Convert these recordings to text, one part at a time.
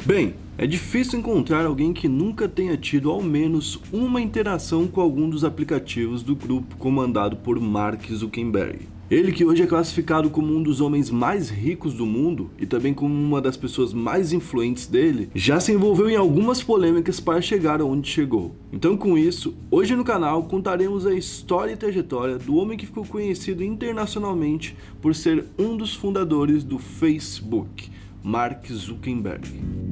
Bem, é difícil encontrar alguém que nunca tenha tido ao menos uma interação com algum dos aplicativos do grupo comandado por Mark Zuckerberg. Ele, que hoje é classificado como um dos homens mais ricos do mundo e também como uma das pessoas mais influentes dele, já se envolveu em algumas polêmicas para chegar aonde chegou. Então, com isso, hoje no canal contaremos a história e trajetória do homem que ficou conhecido internacionalmente por ser um dos fundadores do Facebook, Mark Zuckerberg.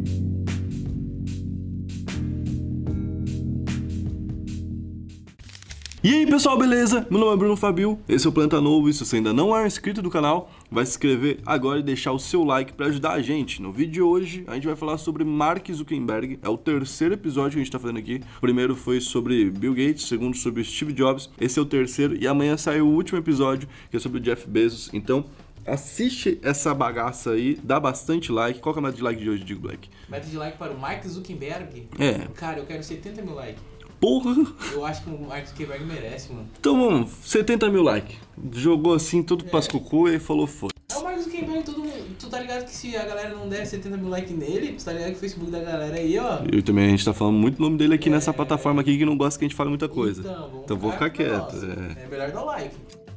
E aí pessoal, beleza? Meu nome é Bruno Fabio, esse é o Planeta Novo e se você ainda não é inscrito do canal, vai se inscrever agora e deixar o seu like para ajudar a gente. No vídeo de hoje, a gente vai falar sobre Mark Zuckerberg, é o terceiro episódio que a gente tá fazendo aqui. O primeiro foi sobre Bill Gates, o segundo sobre Steve Jobs, esse é o terceiro e amanhã sai o último episódio, que é sobre o Jeff Bezos. Então, assiste essa bagaça aí, dá bastante like. Qual que é a meta de like de hoje, Digo Black? Meta de like para o Mark Zuckerberg? É. Cara, eu quero 70 mil likes. Porra! Eu acho que o Mark Zuckerberg merece, mano. Então vamos, 70 mil likes. Jogou assim tudo pras cucu e falou foda. É o Mark Zuckerberg, todo mundo. Tu tá ligado que se a galera não der 70 mil likes nele, tu tá ligado que o Facebook da galera aí, ó. E também a gente tá falando muito o nome dele aqui nessa plataforma aqui que não gosta que a gente fale muita coisa. Então vou ficar quieto. É melhor dar o like.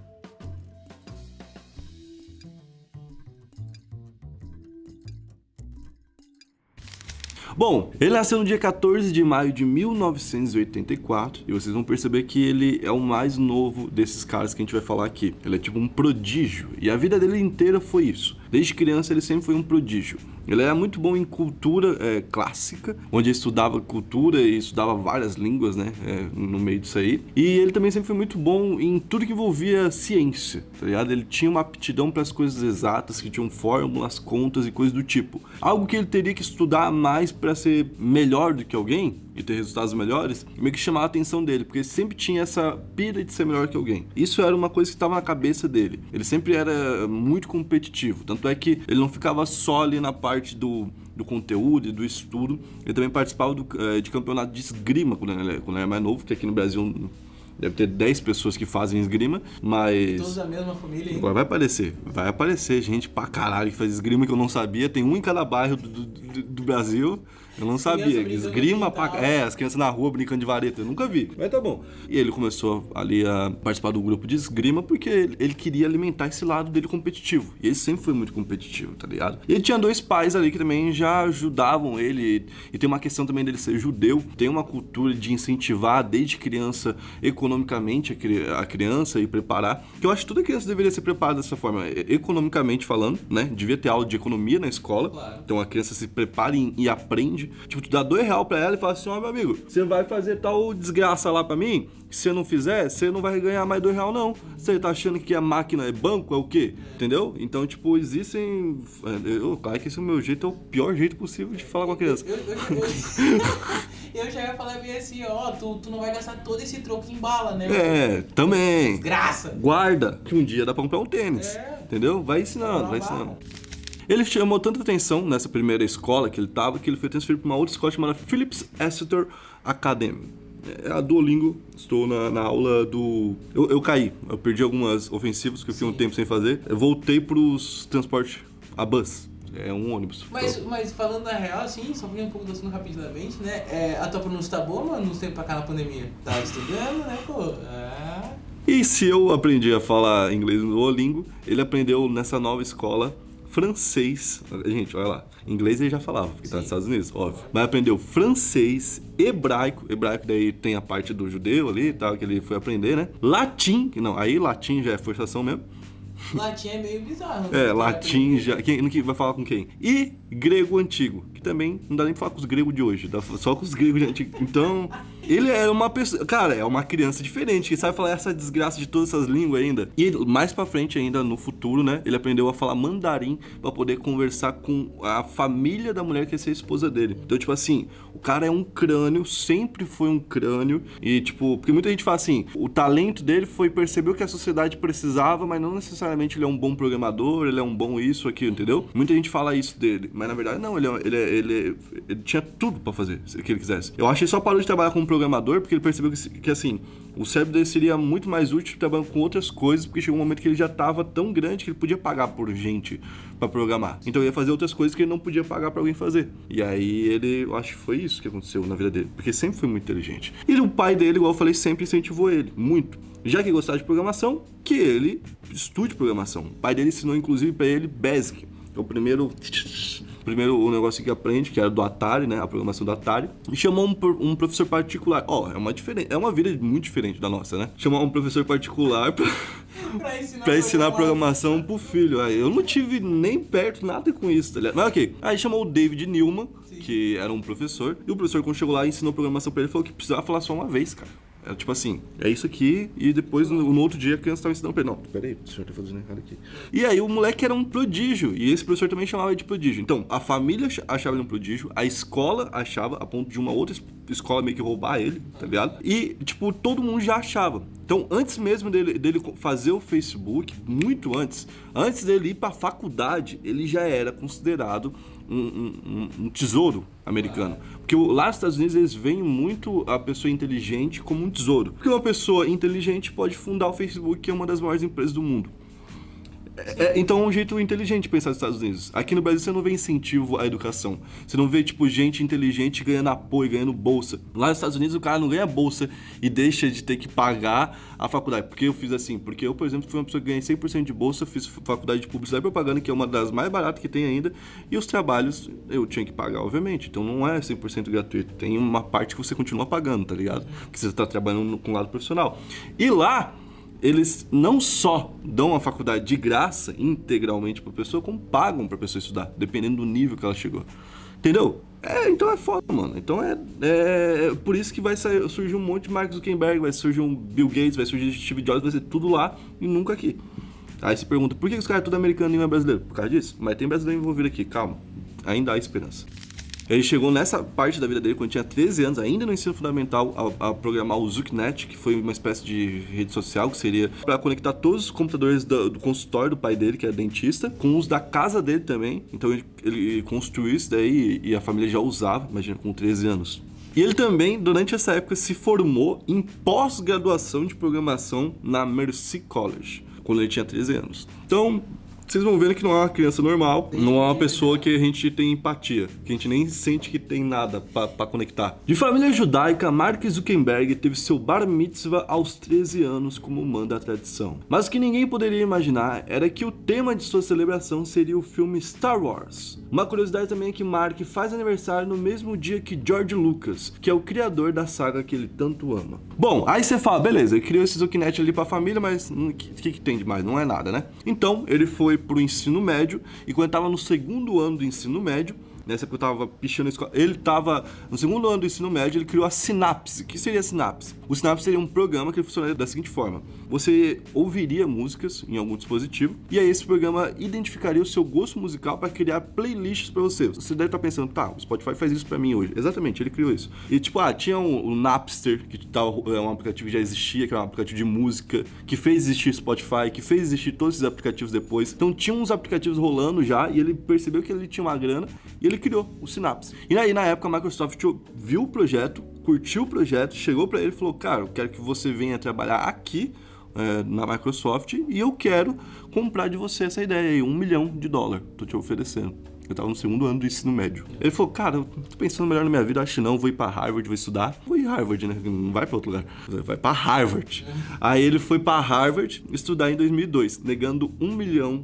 Bom, ele nasceu no dia 14 de maio de 1984 e vocês vão perceber que ele é o mais novo desses caras que a gente vai falar aqui. Ele é tipo um prodígio e a vida dele inteira foi isso. Desde criança ele sempre foi um prodígio. Ele era muito bom em cultura clássica, onde ele estudava cultura e estudava várias línguas, né, no meio disso aí. E ele também sempre foi muito bom em tudo que envolvia ciência, tá ligado? Ele tinha uma aptidão para as coisas exatas, que tinham fórmulas, contas e coisas do tipo. Algo que ele teria que estudar mais para ser melhor do que alguém e ter resultados melhores, meio que chamava a atenção dele, porque ele sempre tinha essa pira de ser melhor que alguém. Isso era uma coisa que estava na cabeça dele. Ele sempre era muito competitivo, tanto é que ele não ficava só ali na parte do conteúdo e do estudo, ele também participava de campeonato de esgrima quando ele era mais novo, que aqui no Brasil deve ter 10 pessoas que fazem esgrima, mas... Todos da mesma família, hein? Agora vai aparecer gente pra caralho que faz esgrima que eu não sabia, tem um em cada bairro do Brasil. Eu não sabia. Esgrima as crianças na rua brincando de vareta, eu nunca vi. Mas tá bom. E ele começou ali a participar do grupo de esgrima porque ele queria alimentar esse lado dele competitivo. E ele sempre foi muito competitivo, tá ligado? E ele tinha dois pais ali que também já ajudavam ele. E tem uma questão também dele ser judeu. Tem uma cultura de incentivar desde criança economicamente a criança e preparar. Que eu acho que toda criança deveria ser preparada dessa forma, economicamente falando, né? Devia ter aula de economia na escola. Claro. Então a criança se prepara e aprende. Tipo, tu dá R$2 pra ela e fala assim, ó, meu amigo, você vai fazer tal desgraça lá pra mim, que se você não fizer, você não vai ganhar mais R$2 não. Você tá achando que a máquina é banco, é o quê? Entendeu? Então, tipo, existem... Claro que esse é o meu jeito, é o pior jeito possível de falar com a criança. Eu já ia falar bem assim, ó, tu não vai gastar todo esse troco em bala, né? Também. Desgraça. Guarda, que um dia dá pra comprar um tênis. Entendeu? Vai ensinando, vai ensinando. Ele chamou tanta atenção nessa primeira escola que ele tava, que ele foi transferido para uma outra escola chamada Phillips Exeter Academy. É a Duolingo, estou na aula do... Eu caí, eu perdi algumas ofensivas que eu fiquei um tempo sem fazer. Eu voltei pros transportes, a bus. É um ônibus. Mas falando na real, assim, só um pouco do assunto rapidamente, né? A tua pronúncia tá boa, mano, nos tempos pra cá na pandemia? Tava estudando, né, pô? E se eu aprendi a falar inglês no Duolingo, ele aprendeu nessa nova escola francês. Gente, olha lá. Inglês ele já falava, porque tá nos Estados Unidos, óbvio. Mas aprendeu francês, hebraico daí tem a parte do judeu ali e tal, que ele foi aprender, né? Latim, não, aí latim já é forçação mesmo. Latim é meio bizarro. Né? Latim já... Quem vai falar com quem? E grego antigo, que também não dá nem pra falar com os gregos de hoje, dá só com os gregos de antigo. Então, ele é uma pessoa... Cara, é uma criança diferente, que sabe falar essa desgraça de todas essas línguas ainda. E ele, mais pra frente ainda, no futuro, né, ele aprendeu a falar mandarim pra poder conversar com a família da mulher que ia ser a esposa dele. Então, tipo assim, o cara é um crânio, sempre foi um crânio. E, tipo, porque muita gente fala assim, o talento dele foi perceber o que a sociedade precisava, mas não necessariamente ele é um bom programador, ele é um bom isso, aquilo, entendeu? Muita gente fala isso dele, mas na verdade não, ele ele tinha tudo pra fazer o que ele quisesse. Eu acho que ele só parou de trabalhar como programador porque ele percebeu que assim, o cérebro dele seria muito mais útil trabalhando com outras coisas, porque chegou um momento que ele já tava tão grande que ele podia pagar por gente pra programar. Então ele ia fazer outras coisas que ele não podia pagar pra alguém fazer. E aí eu acho que foi isso que aconteceu na vida dele, porque sempre foi muito inteligente. E o pai dele, igual eu falei, sempre incentivou ele, muito. Já que gostava de programação, que ele estude programação. O pai dele ensinou, inclusive, pra ele BASIC. É o primeiro o negócio que aprende, que era do Atari, né? A programação do Atari. E chamou um professor particular. É uma vida muito diferente da nossa, né? Chamou um professor particular pra ensinar programação pro filho. Aí eu não tive nem perto nada com isso, tá ligado? Mas ok. Aí chamou o David Newman, que era um professor. E o professor, quando chegou lá e ensinou programação pra ele, falou que precisava falar só uma vez, cara. Era tipo assim, é isso aqui, e depois no outro dia a criança tava ensinando pra ele. Não, peraí, o senhor tá fazendo errado aqui. E aí o moleque era um prodígio, e esse professor também chamava ele de prodígio. Então, a família achava ele um prodígio, a escola achava, a ponto de uma outra escola meio que roubar ele, tá ligado? E, tipo, todo mundo já achava. Então, antes mesmo dele fazer o Facebook, muito antes dele ir pra faculdade, ele já era considerado um tesouro americano. Porque lá nos Estados Unidos eles veem muito a pessoa inteligente como um tesouro. Porque uma pessoa inteligente pode fundar o Facebook, que é uma das maiores empresas do mundo. Então é um jeito inteligente de pensar nos Estados Unidos. Aqui no Brasil você não vê incentivo à educação. Você não vê, tipo, gente inteligente ganhando apoio, ganhando bolsa. Lá nos Estados Unidos o cara não ganha bolsa e deixa de ter que pagar a faculdade. Porque eu fiz assim? Porque eu, por exemplo, fui uma pessoa que ganhei 100% de bolsa, fiz faculdade de publicidade e propaganda, que é uma das mais baratas que tem ainda. E os trabalhos eu tinha que pagar, obviamente. Então não é 100% gratuito. Tem uma parte que você continua pagando, tá ligado? Porque você tá trabalhando com o lado profissional. E lá eles não só dão a faculdade de graça, integralmente para a pessoa, como pagam para a pessoa estudar, dependendo do nível que ela chegou. Entendeu? Então é foda, mano. Então é por isso que vai surgir um monte de Mark Zuckerberg, vai surgir um Bill Gates, vai surgir Steve Jobs, vai ser tudo lá e nunca aqui. Aí você pergunta, por que os caras tudo americano e não é brasileiro? Por causa disso? Mas tem brasileiro envolvido aqui, calma. Ainda há esperança. Ele chegou nessa parte da vida dele quando tinha 13 anos, ainda no ensino fundamental, a programar o ZuckNet, que foi uma espécie de rede social, que seria para conectar todos os computadores do consultório do pai dele, que é dentista, com os da casa dele também. Então ele construiu isso daí e a família já usava, imagina, com 13 anos. E ele também, durante essa época, se formou em pós-graduação de programação na Mercy College, quando ele tinha 13 anos. Então, vocês vão vendo que não é uma criança normal, não é uma pessoa que a gente tem empatia, que a gente nem sente que tem nada pra conectar. De família judaica, Mark Zuckerberg teve seu bar mitzvah aos 13 anos, como manda a tradição. Mas o que ninguém poderia imaginar era que o tema de sua celebração seria o filme Star Wars. Uma curiosidade também é que Mark faz aniversário no mesmo dia que George Lucas, que é o criador da saga que ele tanto ama. Bom, aí você fala, beleza, ele criou esse ZuckNet ali pra família, mas o que tem demais? Não é nada, né? Então, ele foi pro ensino médio, e quando ele tava no segundo ano do ensino médio, nessa época eu tava pichando a escola, ele tava no segundo ano do ensino médio, ele criou a Synapse. O que seria a Synapse? O Synapse seria um programa que funcionaria da seguinte forma: você ouviria músicas em algum dispositivo, e aí esse programa identificaria o seu gosto musical para criar playlists para você. Você deve estar pensando, tá, o Spotify faz isso para mim hoje. Exatamente, ele criou isso. E tipo, tinha o Napster, que é um aplicativo que já existia, que era um aplicativo de música, que fez existir Spotify, que fez existir todos esses aplicativos depois. Então tinha uns aplicativos rolando já, e ele percebeu que ele tinha uma grana, e ele criou o Synapse. E aí, na época, a Microsoft viu o projeto, curtiu o projeto, chegou para ele e falou, cara, eu quero que você venha trabalhar aqui na Microsoft e eu quero comprar de você essa ideia aí, $1 milhão, tô te oferecendo. Eu tava no segundo ano do ensino médio. Ele falou, cara, eu tô pensando melhor na minha vida, acho que não, vou ir pra Harvard, vou estudar. Vou ir Harvard, né? Não vai pra outro lugar. Vai pra Harvard. Aí ele foi pra Harvard estudar em 2002, negando $1 milhão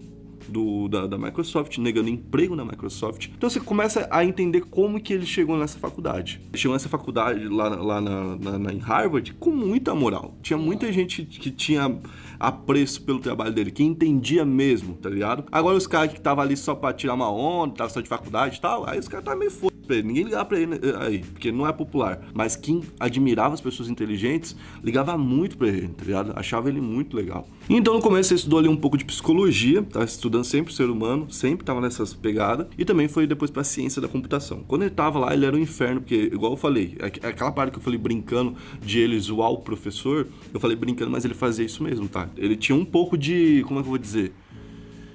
da Microsoft, negando emprego na Microsoft. Então você começa a entender como que ele chegou nessa faculdade. Ele chegou nessa faculdade lá em Harvard com muita moral. Tinha muita gente que tinha apreço pelo trabalho dele, que entendia mesmo, tá ligado? Agora os caras que estavam ali só pra tirar uma onda, tava só de faculdade e tal, aí os caras estavam meio foda pra ele. Ninguém ligava pra ele aí, porque não é popular. Mas quem admirava as pessoas inteligentes, ligava muito pra ele, tá ligado? Achava ele muito legal. Então no começo ele estudou ali um pouco de psicologia, tava estudando sempre o ser humano, sempre tava nessas pegadas, e também foi depois pra ciência da computação. Quando ele tava lá, ele era um inferno, porque, igual eu falei, aquela parte que eu falei brincando de ele zoar o professor, eu falei brincando, mas ele fazia isso mesmo, tá? Ele tinha um pouco de, como é que eu vou dizer?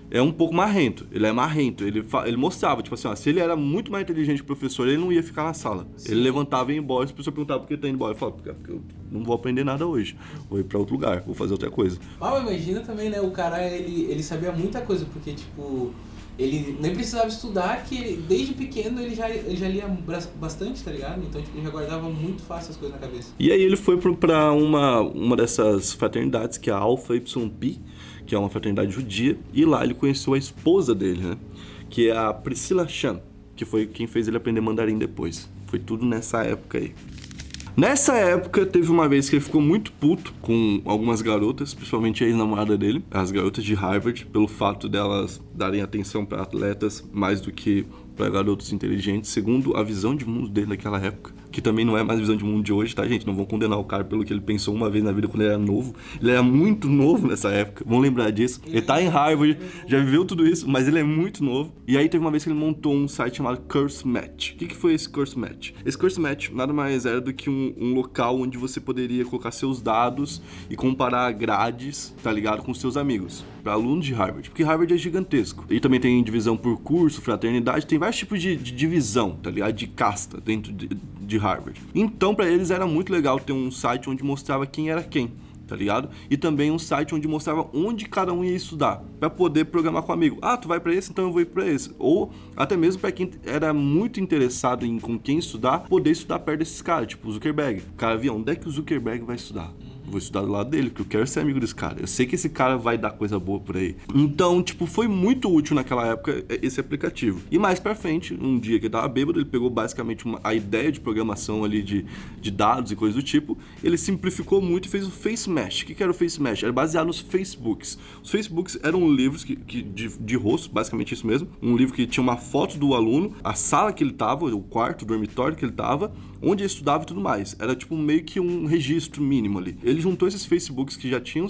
é um pouco marrento. Ele é marrento. Ele mostrava, tipo assim, ó, se ele era muito mais inteligente que o professor, ele não ia ficar na sala. Sim. Ele levantava e ia embora, e o professor perguntava por que tá indo embora. Ele falava, porque eu não vou aprender nada hoje. Vou ir pra outro lugar, vou fazer outra coisa. Ah, imagina também, né? O cara, ele sabia muita coisa, porque, tipo, ele nem precisava estudar, que desde pequeno ele já lia bastante, tá ligado? Então, tipo, ele já guardava muito fácil as coisas na cabeça. E aí ele foi pra uma dessas fraternidades, que é a Alpha Epsilon Pi, que é uma fraternidade judia, e lá ele conheceu a esposa dele, né? Que é a Priscilla Chan, que foi quem fez ele aprender mandarim depois. Foi tudo nessa época aí. Nessa época, teve uma vez que ele ficou muito puto com algumas garotas, principalmente a ex-namorada dele, as garotas de Harvard, pelo fato delas darem atenção para atletas mais do que para garotos inteligentes, segundo a visão de mundo dele naquela época, que também não é mais a visão de mundo de hoje, tá, gente? Não vão condenar o cara pelo que ele pensou uma vez na vida quando ele era novo. Ele era muito novo nessa época, vão lembrar disso. Ele tá em Harvard, já viveu tudo isso, mas ele é muito novo. E aí teve uma vez que ele montou um site chamado Curse Match. O que foi esse Curse Match? Esse Curse Match nada mais era do que um local onde você poderia colocar seus dados e comparar grades, tá ligado, com seus amigos, para alunos de Harvard. Porque Harvard é gigantesco. E também tem divisão por curso, fraternidade, tem vários tipos de divisão, tá ligado, de casta dentro de Harvard. Então, pra eles era muito legal ter um site onde mostrava quem era quem, tá ligado? E também um site onde mostrava onde cada um ia estudar, pra poder programar com o amigo. Ah, tu vai pra esse, então eu vou ir pra esse. Ou até mesmo pra quem era muito interessado em com quem estudar, poder estudar perto desses caras, tipo o Zuckerberg. O cara via, onde é que o Zuckerberg vai estudar? Vou estudar do lado dele, porque eu quero ser amigo desse cara. Eu sei que esse cara vai dar coisa boa por aí. Então, tipo, foi muito útil naquela época esse aplicativo. E mais pra frente, um dia que ele tava bêbado, ele pegou basicamente a ideia de programação ali de dados e coisas do tipo, ele simplificou muito e fez o Face Mesh. O que era o Face Mesh? Era baseado nos Facebooks. Os Facebooks eram livros de rosto, basicamente isso mesmo. Um livro que tinha uma foto do aluno, a sala que ele tava, o quarto, o dormitório que ele tava, onde ele estudava e tudo mais. Era tipo meio que um registro mínimo ali. Ele juntou esses Facebooks que já tinham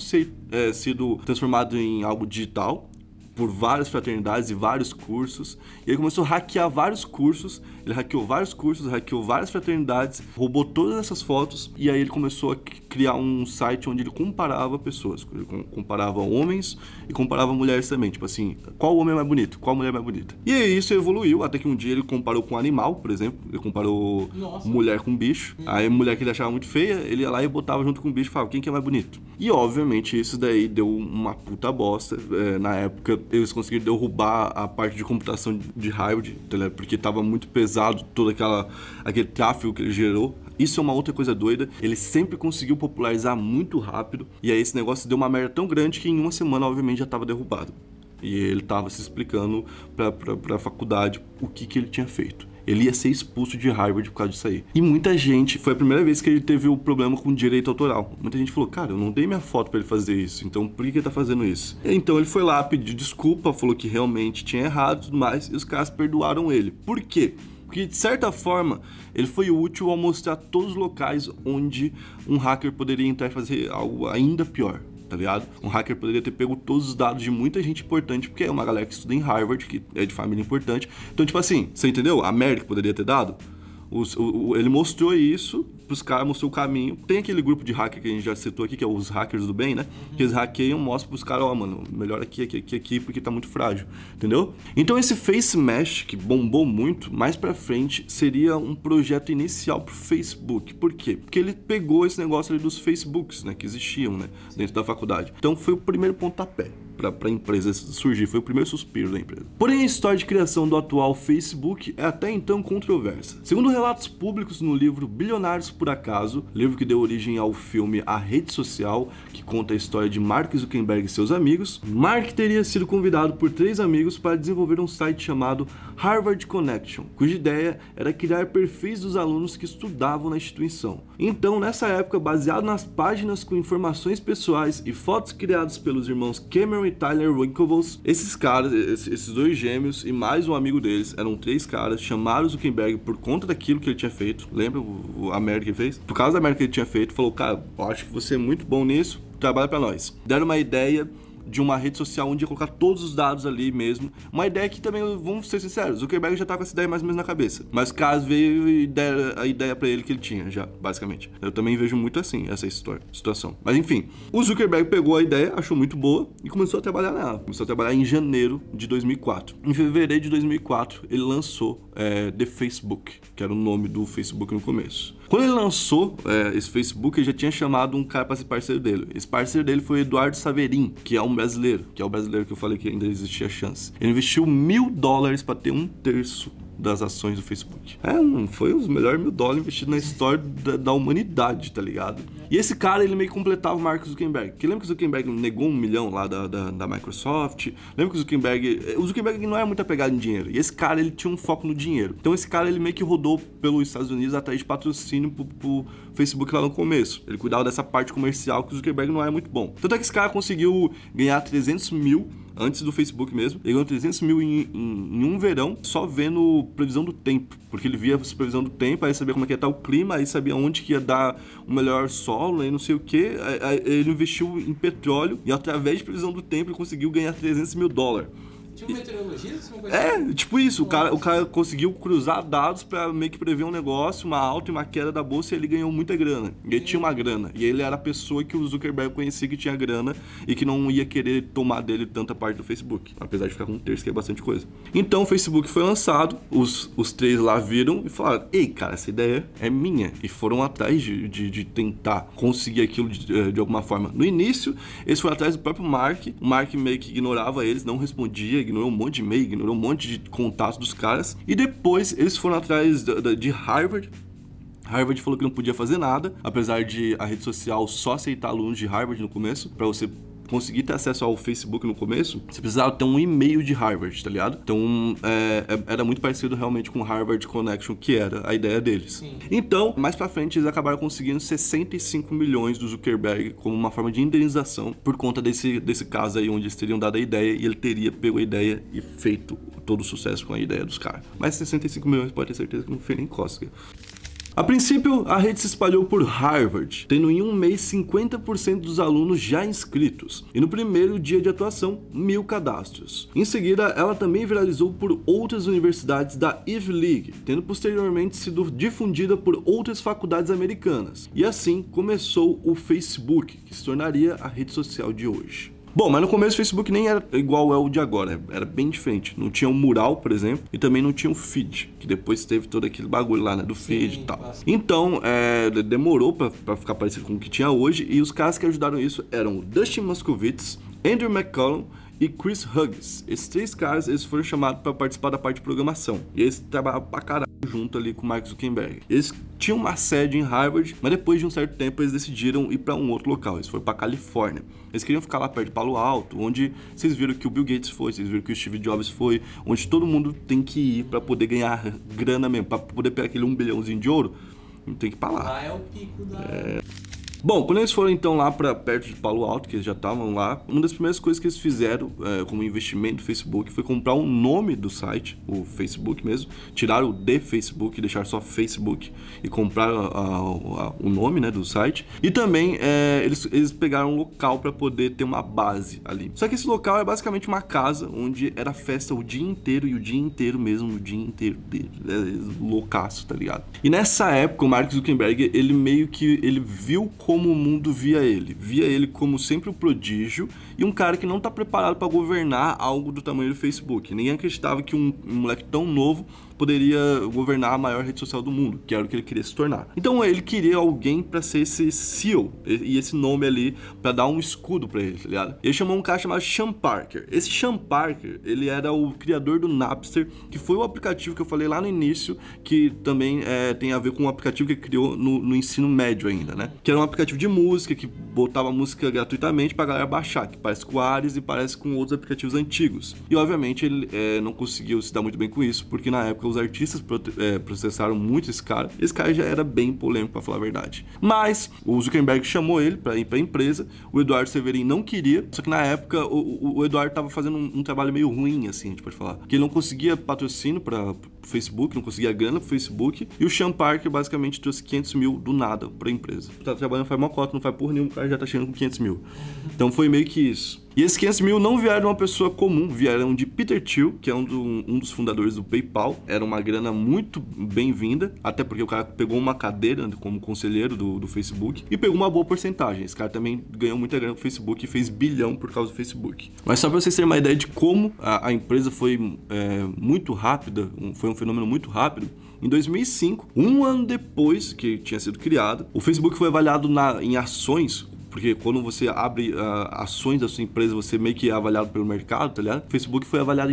sido transformados em algo digital por várias fraternidades e vários cursos, e ele começou a hackear vários cursos, ele hackeou vários cursos, hackeou várias fraternidades, roubou todas essas fotos, e aí ele começou a criar um site onde ele comparava pessoas, ele comparava homens e comparava mulheres também, tipo assim, qual homem é mais bonito, qual mulher é mais bonita. E aí isso evoluiu, até que um dia ele comparou com animal, por exemplo, ele comparou mulher com bicho, aí mulher que ele achava muito feia, ele ia lá e botava junto com o bicho e falava, quem que é mais bonito? E obviamente isso daí deu uma puta bosta, na época eles conseguiram derrubar a parte de computação de Harvard, tá, porque tava muito pesado todo aquele tráfego que ele gerou. Isso é uma outra coisa doida, ele sempre conseguiu popularizar muito rápido, e aí esse negócio deu uma merda tão grande que em uma semana obviamente já tava derrubado. E ele tava se explicando pra faculdade o que ele tinha feito. Ele ia ser expulso de Harvard por causa disso aí. E muita gente, foi a primeira vez que ele teve o problema com direito autoral. Muita gente falou, cara, eu não dei minha foto pra ele fazer isso, então por que ele tá fazendo isso? Então ele foi lá, pediu desculpa, falou que realmente tinha errado e tudo mais, e os caras perdoaram ele. Por quê? Porque, de certa forma, ele foi útil ao mostrar todos os locais onde um hacker poderia entrar e fazer algo ainda pior. Tá ligado? Um hacker poderia ter pego todos os dados de muita gente importante, porque é uma galera que estuda em Harvard, que é de família importante. Então, tipo assim, você entendeu? A merda que poderia ter dado. Ele mostrou isso pros caras, mostrou o caminho. Tem aquele grupo de hacker que a gente já citou aqui, que é os hackers do bem, né? Que eles hackeiam, mostram pros caras, ó, mano, melhor aqui, porque tá muito frágil, entendeu? Então esse Face Mesh, que bombou muito, mais pra frente, seria um projeto inicial pro Facebook. Por quê? Porque ele pegou esse negócio ali dos Facebooks, né, que existiam, né, dentro da faculdade. Então foi o primeiro pontapé para a empresa surgir, foi o primeiro suspiro da empresa. Porém, a história de criação do atual Facebook é até então controversa. Segundo relatos públicos no livro Bilionários por Acaso, livro que deu origem ao filme A Rede Social, que conta a história de Mark Zuckerberg e seus amigos, Mark teria sido convidado por 3 amigos para desenvolver um site chamado Harvard Connection, cuja ideia era criar perfis dos alunos que estudavam na instituição. Então, nessa época, baseado nas páginas com informações pessoais e fotos criadas pelos irmãos Cameron e Tyler Winklevoss, esses caras, esses 2 gêmeos e mais um amigo deles, eram 3 caras, chamaram o Zuckerberg por conta daquilo que ele tinha feito. Lembra a merda que ele fez? Por causa da merda que ele tinha feito, falou, cara, eu acho que você é muito bom nisso, trabalha pra nós. Deram uma ideia de uma rede social onde ia colocar todos os dados ali mesmo. Uma ideia que também, vamos ser sinceros, o Zuckerberg já tá com essa ideia mais ou menos na cabeça. Mas o caso veio e deram a ideia pra ele que ele tinha já, basicamente. Eu também vejo muito assim, essa situação. Mas enfim, o Zuckerberg pegou a ideia, achou muito boa e começou a trabalhar nela. Começou a trabalhar em janeiro de 2004. Em fevereiro de 2004, ele lançou The Facebook, que era o nome do Facebook no começo. Quando ele lançou esse Facebook, ele já tinha chamado um cara para ser parceiro dele. Esse parceiro dele foi o Eduardo Saverin, que é um brasileiro, que é o brasileiro que eu falei que ainda existia chance. Ele investiu $1.000 para ter 1/3 das ações do Facebook. Foi os melhores $1.000 investidos na história da humanidade, tá ligado? E esse cara, ele meio que completava o Mark Zuckerberg. Porque lembra que o Zuckerberg negou $1 milhão lá da Microsoft? Lembra que o Zuckerberg não era muito apegado em dinheiro. E esse cara, ele tinha um foco no dinheiro. Então esse cara, ele meio que rodou pelos Estados Unidos atrás de patrocínio pro Facebook lá no começo. Ele cuidava dessa parte comercial que o Zuckerberg não era muito bom. Tanto é que esse cara conseguiu ganhar 300 mil antes do Facebook mesmo. Ele ganhou 300 mil em um verão, só vendo previsão do tempo. Porque ele via a previsão do tempo, aí sabia como é que ia estar o clima, aí sabia onde que ia dar o melhor solo, aí não sei o que. Ele investiu em petróleo e através de previsão do tempo ele conseguiu ganhar $300 mil. Tipo meteorologista? Tipo isso, o cara conseguiu cruzar dados pra meio que prever um negócio, uma alta e uma queda da bolsa, e ele ganhou muita grana. E ele tinha uma grana. E ele era a pessoa que o Zuckerberg conhecia que tinha grana e que não ia querer tomar dele tanta parte do Facebook. Apesar de ficar com 1/3, que é bastante coisa. Então o Facebook foi lançado, os três lá viram e falaram: ei, cara, essa ideia é minha. E foram atrás de tentar conseguir aquilo de alguma forma. No início, eles foram atrás do próprio Mark. O Mark meio que ignorava eles, não respondia, ignorou um monte de e-mail, ignorou um monte de contatos dos caras. E depois eles foram atrás de Harvard. Harvard falou que não podia fazer nada, apesar de a rede social só aceitar alunos de Harvard no começo, para você conseguir ter acesso ao Facebook no começo, você precisava ter um e-mail de Harvard, tá ligado? Então, era muito parecido realmente com o Harvard Connection, que era a ideia deles. Sim. Então, mais pra frente, eles acabaram conseguindo 65 milhões do Zuckerberg como uma forma de indenização por conta desse caso aí, onde eles teriam dado a ideia e ele teria pego a ideia e feito todo o sucesso com a ideia dos caras. Mas 65 milhões pode ter certeza que não foi nem cócega. A princípio, a rede se espalhou por Harvard, tendo em um mês 50% dos alunos já inscritos, e no primeiro dia de atuação, 1.000 cadastros. Em seguida, ela também viralizou por outras universidades da Ivy League, tendo posteriormente sido difundida por outras faculdades americanas. E assim começou o Facebook, que se tornaria a rede social de hoje. Bom, mas no começo o Facebook nem era igual é o de agora, era bem diferente. Não tinha um mural, por exemplo, e também não tinha um feed, que depois teve todo aquele bagulho lá, né, do feed e tal. Passa. Então, demorou pra ficar parecido com o que tinha hoje, e os caras que ajudaram isso eram o Dustin Moskovitz, Andrew McCollum e Chris Hughes. Esses três caras, eles foram chamados para participar da parte de programação. E eles trabalhavam pra caralho junto ali com o Mark Zuckerberg. Eles tinham uma sede em Harvard, mas depois de um certo tempo eles decidiram ir para um outro local. Eles foram para Califórnia. Eles queriam ficar lá perto de Palo Alto, onde vocês viram que o Bill Gates foi, vocês viram que o Steve Jobs foi, onde todo mundo tem que ir para poder ganhar grana mesmo, para poder pegar aquele $1 bilhãozinho de ouro. Tem que ir para lá. Lá é o pico da... Bom, quando eles foram então lá para perto de Palo Alto, que eles já estavam lá, uma das primeiras coisas que eles fizeram como investimento do Facebook foi comprar o nome do site, o Facebook mesmo, tiraram o The Facebook e deixaram só Facebook e compraram o nome, né, do site. E também eles pegaram um local para poder ter uma base ali. Só que esse local é basicamente uma casa onde era festa o dia inteiro, e o dia inteiro mesmo, o dia inteiro dele, loucaço, tá ligado? E nessa época o Mark Zuckerberg, ele meio que viu como o mundo via ele como sempre um prodígio e um cara que não tá preparado para governar algo do tamanho do Facebook. Ninguém acreditava que um moleque tão novo poderia governar a maior rede social do mundo, que era o que ele queria se tornar. Então ele queria alguém para ser esse CEO e esse nome ali para dar um escudo para ele, tá ligado? Ele chamou um cara chamado Sean Parker. Esse Sean Parker, ele era o criador do Napster, que foi o aplicativo que eu falei lá no início, que também tem a ver com o aplicativo que ele criou no ensino médio ainda, né? Que era um aplicativo de música que botava música gratuitamente pra galera baixar, que parece com o Ares e parece com outros aplicativos antigos. E obviamente ele não conseguiu se dar muito bem com isso, porque na época os artistas processaram muito esse cara. Esse cara já era bem polêmico, pra falar a verdade. Mas o Zuckerberg chamou ele pra ir pra empresa, o Eduardo Severin não queria, só que na época o Eduardo tava fazendo um trabalho meio ruim, assim, a gente pode falar. Porque ele não conseguia patrocínio pro Facebook, não conseguia grana pro Facebook, e o Sean Parker basicamente trouxe 500 mil do nada pra empresa. Tá trabalhando, faz uma cota, não faz porra nenhuma, o cara já tá chegando com 500 mil. Então foi meio que isso. E esses 500 mil não vieram de uma pessoa comum, vieram de Peter Thiel, que é um dos fundadores do PayPal. Era uma grana muito bem-vinda, até porque o cara pegou uma cadeira como conselheiro do Facebook e pegou uma boa porcentagem. Esse cara também ganhou muita grana com o Facebook e fez bilhão por causa do Facebook. Mas só para vocês terem uma ideia de como a empresa foi muito rápida, foi um fenômeno muito rápido, em 2005, um ano depois que tinha sido criado, o Facebook foi avaliado em ações, porque quando você abre ações da sua empresa, você meio que é avaliado pelo mercado, tá ligado? O Facebook foi avaliado em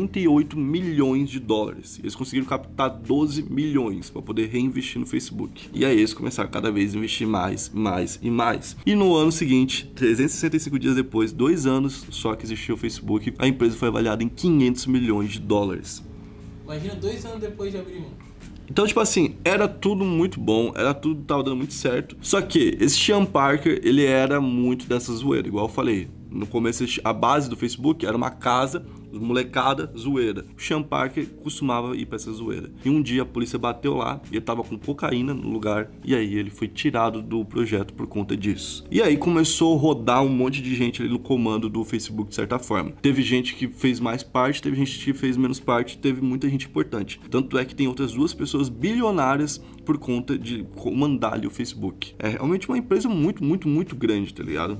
98 milhões de dólares. Eles conseguiram captar 12 milhões para poder reinvestir no Facebook. E aí eles começaram cada vez a investir mais, mais e mais. E no ano seguinte, 365 dias depois, 2 anos só que existiu o Facebook, a empresa foi avaliada em 500 milhões de dólares. Imagina 2 anos depois de abrir mão. Então, tipo assim, era tudo muito bom, tava dando muito certo. Só que esse Sean Parker, ele era muito dessa zoeira, igual eu falei. No começo, a base do Facebook era uma casa, molecada, zoeira. O Sean Parker costumava ir pra essa zoeira. E um dia a polícia bateu lá, e ele tava com cocaína no lugar, e aí ele foi tirado do projeto por conta disso. E aí começou a rodar um monte de gente ali no comando do Facebook, de certa forma. Teve gente que fez mais parte, teve gente que fez menos parte, teve muita gente importante. Tanto é que tem outras 2 pessoas bilionárias por conta de comandar ali o Facebook. É realmente uma empresa muito, muito, muito grande, tá ligado?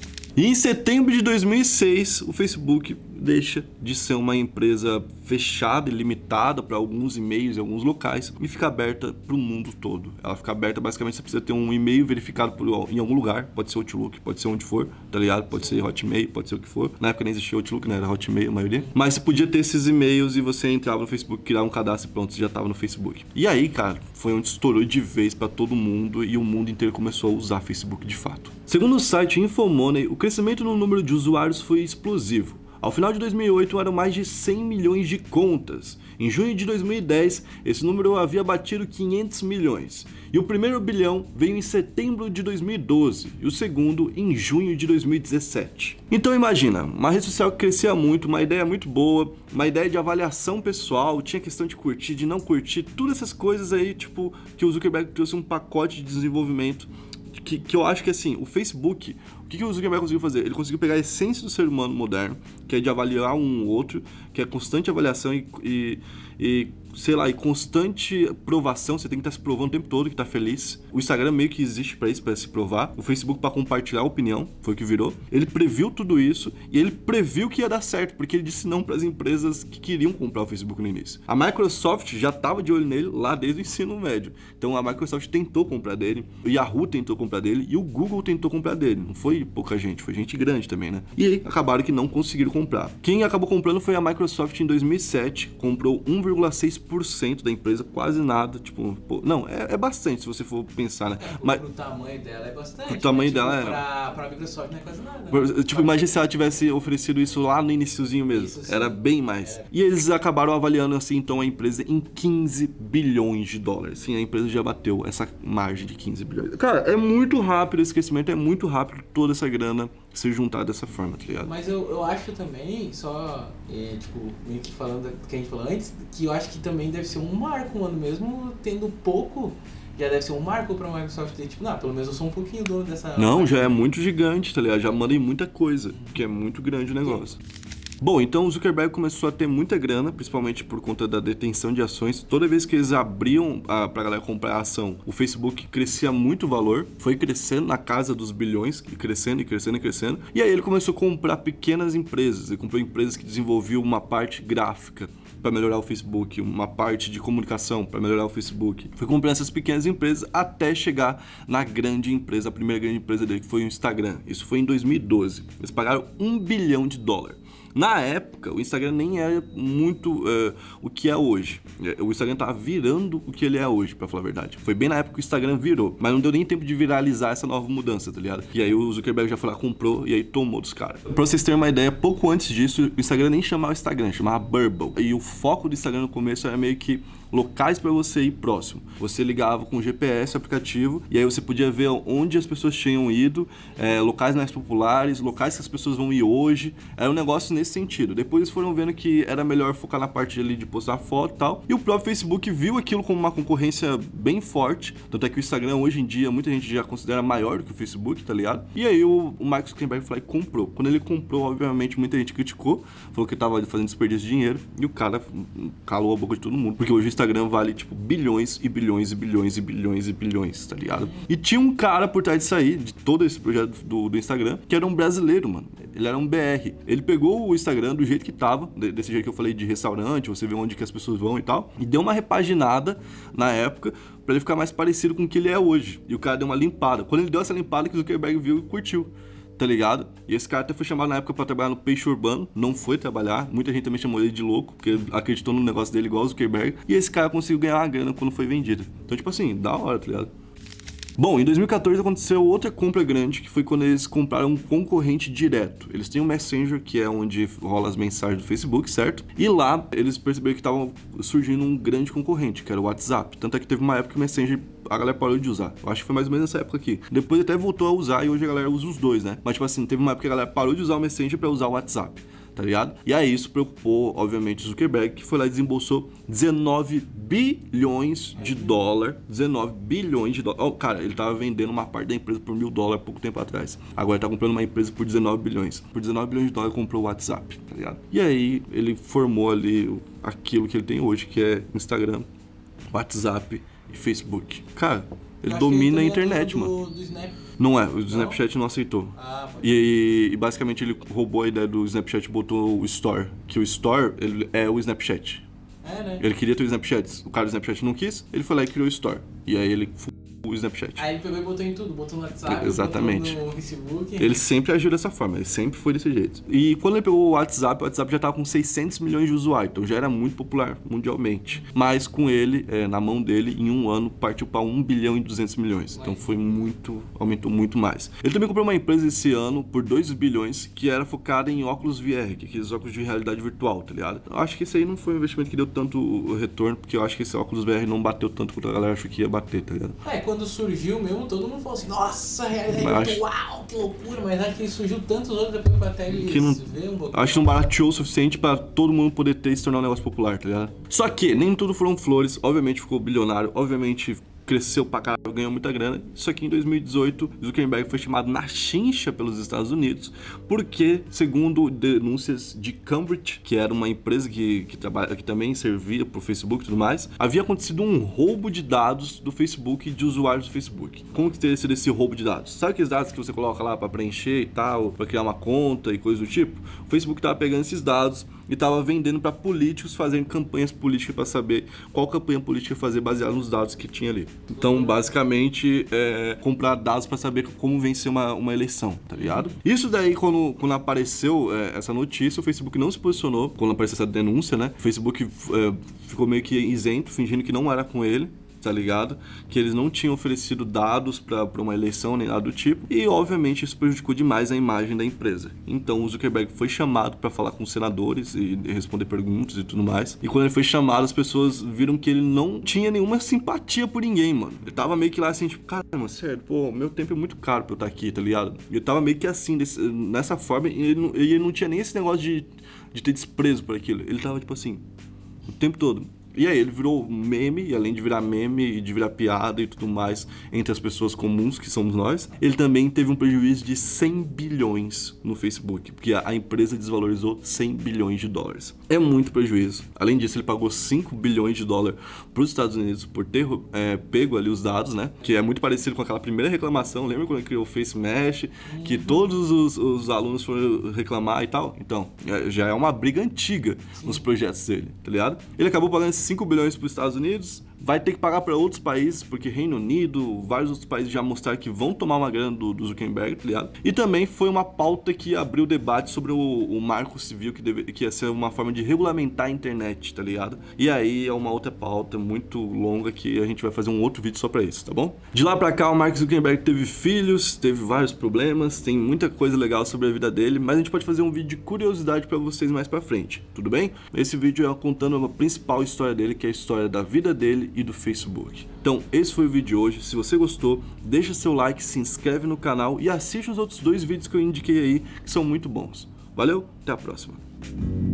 E em setembro de 2006, o Facebook deixa de ser uma empresa fechada e limitada para alguns e-mails em alguns locais e fica aberta para o mundo todo. Ela fica aberta, basicamente, você precisa ter um e-mail verificado em algum lugar, pode ser Outlook, pode ser onde for, tá ligado? Pode ser Hotmail, pode ser o que for. Na época nem existia Outlook, né? Era Hotmail a maioria. Mas você podia ter esses e-mails e você entrava no Facebook, criar um cadastro e pronto, você já estava no Facebook. E aí, cara, foi onde estourou de vez para todo mundo e o mundo inteiro começou a usar Facebook de fato. Segundo o site Infomoney, o crescimento no número de usuários foi explosivo. Ao final de 2008, eram mais de 100 milhões de contas. Em junho de 2010, esse número havia batido 500 milhões. E o primeiro bilhão veio em setembro de 2012 e o segundo em junho de 2017. Então imagina, uma rede social que crescia muito, uma ideia muito boa, uma ideia de avaliação pessoal, tinha questão de curtir, de não curtir, todas essas coisas aí, tipo, que o Zuckerberg trouxe um pacote de desenvolvimento que eu acho que assim, o Facebook, o que o Zuckerberg conseguiu fazer? Ele conseguiu pegar a essência do ser humano moderno, que é de avaliar um outro, que é constante avaliação e sei lá, e constante provação, você tem que estar se provando o tempo todo que tá feliz. O Instagram meio que existe pra isso, pra se provar. O Facebook pra compartilhar a opinião, foi o que virou. Ele previu tudo isso e ele previu que ia dar certo, porque ele disse não pras empresas que queriam comprar o Facebook no início. A Microsoft já tava de olho nele lá desde o ensino médio. Então a Microsoft tentou comprar dele, o Yahoo tentou comprar dele e o Google tentou comprar dele. Não foi pouca gente, foi gente grande também, né? E aí acabaram que não conseguiram comprar. Quem acabou comprando foi a Microsoft em 2007, comprou 1,6% da empresa, quase nada, tipo, pô, não, é bastante se você for pensar, né? Mas pro tamanho dela é bastante. O tamanho tipo, dela pra Microsoft não é quase nada. Né? Tipo, imagina se ela tivesse oferecido isso lá no iniciozinho mesmo. Isso, era bem mais. E eles acabaram avaliando assim, então, a empresa em 15 bilhões de dólares. Sim, a empresa já bateu essa margem de 15 bilhões. Cara, é muito rápido esse crescimento, é muito rápido toda essa grana se juntar dessa forma, tá ligado? Mas eu acho também, só, tipo, meio que falando do que a gente falou antes, que eu acho que também deve ser um marco, mano, mesmo tendo pouco, já deve ser um marco pra Microsoft ter, tipo, não, pelo menos eu sou um pouquinho dono dessa... Não, já é muito gigante, tá ligado? Já mandei muita coisa, porque é muito grande o negócio. Bom, então o Zuckerberg começou a ter muita grana, principalmente por conta da detenção de ações. Toda vez que eles abriam pra galera comprar a ação, o Facebook crescia muito o valor, foi crescendo na casa dos bilhões, e crescendo, e crescendo, e crescendo. E aí ele começou a comprar pequenas empresas, ele comprou empresas que desenvolviam uma parte gráfica para melhorar o Facebook, uma parte de comunicação para melhorar o Facebook. Foi comprando essas pequenas empresas até chegar na grande empresa, a primeira grande empresa dele, que foi o Instagram. Isso foi em 2012. Eles pagaram $1 bilhão. Na época, o Instagram nem era muito o que é hoje. O Instagram tava virando o que ele é hoje, pra falar a verdade. Foi bem na época que o Instagram virou, mas não deu nem tempo de viralizar essa nova mudança, tá ligado? E aí o Zuckerberg já foi lá, comprou e aí tomou dos caras. Pra vocês terem uma ideia, pouco antes disso, o Instagram nem chamava Instagram, chamava Burble. E o foco do Instagram no começo era meio que locais para você ir próximo. Você ligava com o GPS, o aplicativo, e aí você podia ver onde as pessoas tinham ido, locais mais populares, locais que as pessoas vão ir hoje. Era um negócio nesse sentido. Depois eles foram vendo que era melhor focar na parte ali de postar foto e tal. E o próprio Facebook viu aquilo como uma concorrência bem forte. Tanto é que o Instagram hoje em dia, muita gente já considera maior do que o Facebook, tá ligado? E aí o Mark Zuckerberg foi lá e comprou. Quando ele comprou, obviamente, muita gente criticou, falou que tava fazendo desperdício de dinheiro. E o cara calou a boca de todo mundo. Porque hoje o Instagram vale, tipo, bilhões e bilhões e bilhões e bilhões e bilhões, tá ligado? E tinha um cara por trás disso aí, de todo esse projeto do Instagram, que era um brasileiro, mano. Ele era um BR. Ele pegou o Instagram do jeito que tava, desse jeito que eu falei de restaurante, você vê onde que as pessoas vão e tal, e deu uma repaginada na época pra ele ficar mais parecido com o que ele é hoje. E o cara deu uma limpada. Quando ele deu essa limpada, que o Zuckerberg viu e curtiu, tá ligado? E esse cara até foi chamado na época pra trabalhar no Peixe Urbano, não foi trabalhar. Muita gente também chamou ele de louco, porque acreditou no negócio dele igual o Zuckerberg. E esse cara conseguiu ganhar uma grana quando foi vendido. Então, tipo assim, da hora, tá ligado? Bom, em 2014 aconteceu outra compra grande, que foi quando eles compraram um concorrente direto. Eles têm o Messenger, que é onde rola as mensagens do Facebook, certo? E lá eles perceberam que estava surgindo um grande concorrente, que era o WhatsApp. Tanto é que teve uma época que o Messenger a galera parou de usar. Eu acho que foi mais ou menos nessa época aqui. Depois até voltou a usar e hoje a galera usa os dois, né? Mas tipo assim, teve uma época que a galera parou de usar o Messenger pra usar o WhatsApp, tá ligado? E aí isso preocupou, obviamente, o Zuckerberg, que foi lá e desembolsou 19 bilhões de dólar. 19 bilhões de dólar. Oh, cara, ele tava vendendo uma parte da empresa por $1.000 pouco tempo atrás. Agora ele tá comprando uma empresa por 19 bilhões. Por 19 bilhões de dólares comprou o WhatsApp, tá ligado? E aí ele formou ali aquilo que ele tem hoje, que é Instagram, WhatsApp e Facebook. Cara, ele domina a internet, mano. Do Snap. Não é, o Snapchat não aceitou. E basicamente ele roubou a ideia do Snapchat e botou o Store. Que o Store, ele é o Snapchat. É, né? Ele queria ter o Snapchat. O cara do Snapchat não quis, ele foi lá e criou o Store. E aí ele o Snapchat. Aí ele pegou e botou em tudo, botou no WhatsApp, exatamente. botou no Facebook. Ele sempre agiu dessa forma, ele sempre foi desse jeito. E quando ele pegou o WhatsApp já tava com 600 milhões de usuários, então já era muito popular mundialmente. Mas com ele, na mão dele, em um ano, partiu para 1 bilhão e 200 milhões. Então foi muito, aumentou muito mais. Ele também comprou uma empresa esse ano por 2 bilhões, que era focada em óculos VR, que é aqueles óculos de realidade virtual, tá ligado? Eu acho que esse aí não foi um investimento que deu tanto retorno, porque eu acho que esse óculos VR não bateu tanto quanto a galera achou que ia bater, tá ligado? Quando surgiu mesmo, todo mundo falou assim, nossa, realidade virtual, uau, que loucura, mas acho que surgiu tantos outros depois pra até eles verem um pouquinho. Acho que não barateou o suficiente pra todo mundo poder ter e se tornar um negócio popular, tá ligado? Só que nem tudo foram flores, obviamente ficou bilionário, obviamente cresceu pra caralho, ganhou muita grana. Só que em 2018, Zuckerberg foi chamado na chincha pelos Estados Unidos, porque, segundo denúncias de Cambridge, que era uma empresa que também servia pro Facebook e tudo mais, havia acontecido um roubo de dados do Facebook e de usuários do Facebook. Como que teria sido esse roubo de dados? Sabe aqueles dados que você coloca lá pra preencher e tal, pra criar uma conta e coisa do tipo? O Facebook tava pegando esses dados e tava vendendo pra políticos fazendo campanhas políticas pra saber qual campanha política fazer baseado nos dados que tinha ali. Então, basicamente, comprar dados pra saber como vencer uma eleição, tá ligado? Isso daí, quando apareceu essa notícia, o Facebook não se posicionou, quando apareceu essa denúncia, né? O Facebook ficou meio que isento, fingindo que não era com ele, tá ligado? Que eles não tinham oferecido dados pra uma eleição nem nada do tipo. E, obviamente, isso prejudicou demais a imagem da empresa. Então, o Zuckerberg foi chamado pra falar com os senadores e responder perguntas e tudo mais. E quando ele foi chamado, as pessoas viram que ele não tinha nenhuma simpatia por ninguém, mano. Ele tava meio que lá assim, tipo, cara, mano, sério, pô, meu tempo é muito caro pra eu estar aqui, tá ligado? E ele tava meio que assim, nessa forma, e ele não tinha nem esse negócio de ter desprezo por aquilo. Ele tava, tipo assim, o tempo todo. E aí ele virou meme, e além de virar meme e de virar piada e tudo mais entre as pessoas comuns, que somos nós, ele também teve um prejuízo de 100 bilhões no Facebook, porque a empresa desvalorizou 100 bilhões de dólares. É muito prejuízo. Além disso, ele pagou 5 bilhões de dólares para os Estados Unidos por ter pego ali os dados, né? Que é muito parecido com aquela primeira reclamação. Lembra quando ele criou o Face Mesh, que todos os alunos foram reclamar e tal? Então, já é uma briga antiga nos projetos dele, tá ligado? Ele acabou pagando 5 bilhões para os Estados Unidos, vai ter que pagar para outros países, porque Reino Unido, vários outros países já mostraram que vão tomar uma grana do Zuckerberg, tá ligado? E também foi uma pauta que abriu debate sobre o marco civil, que ia ser uma forma de regulamentar a internet, tá ligado? E aí é uma outra pauta muito longa que a gente vai fazer um outro vídeo só para isso, tá bom? De lá para cá, o Mark Zuckerberg teve filhos, teve vários problemas, tem muita coisa legal sobre a vida dele, mas a gente pode fazer um vídeo de curiosidade para vocês mais para frente, tudo bem? Esse vídeo é contando a principal história dele, que é a história da vida dele e do Facebook. Então, esse foi o vídeo de hoje. Se você gostou, deixa seu like, se inscreve no canal e assiste os outros 2 vídeos que eu indiquei aí, que são muito bons. Valeu, até a próxima. abraço.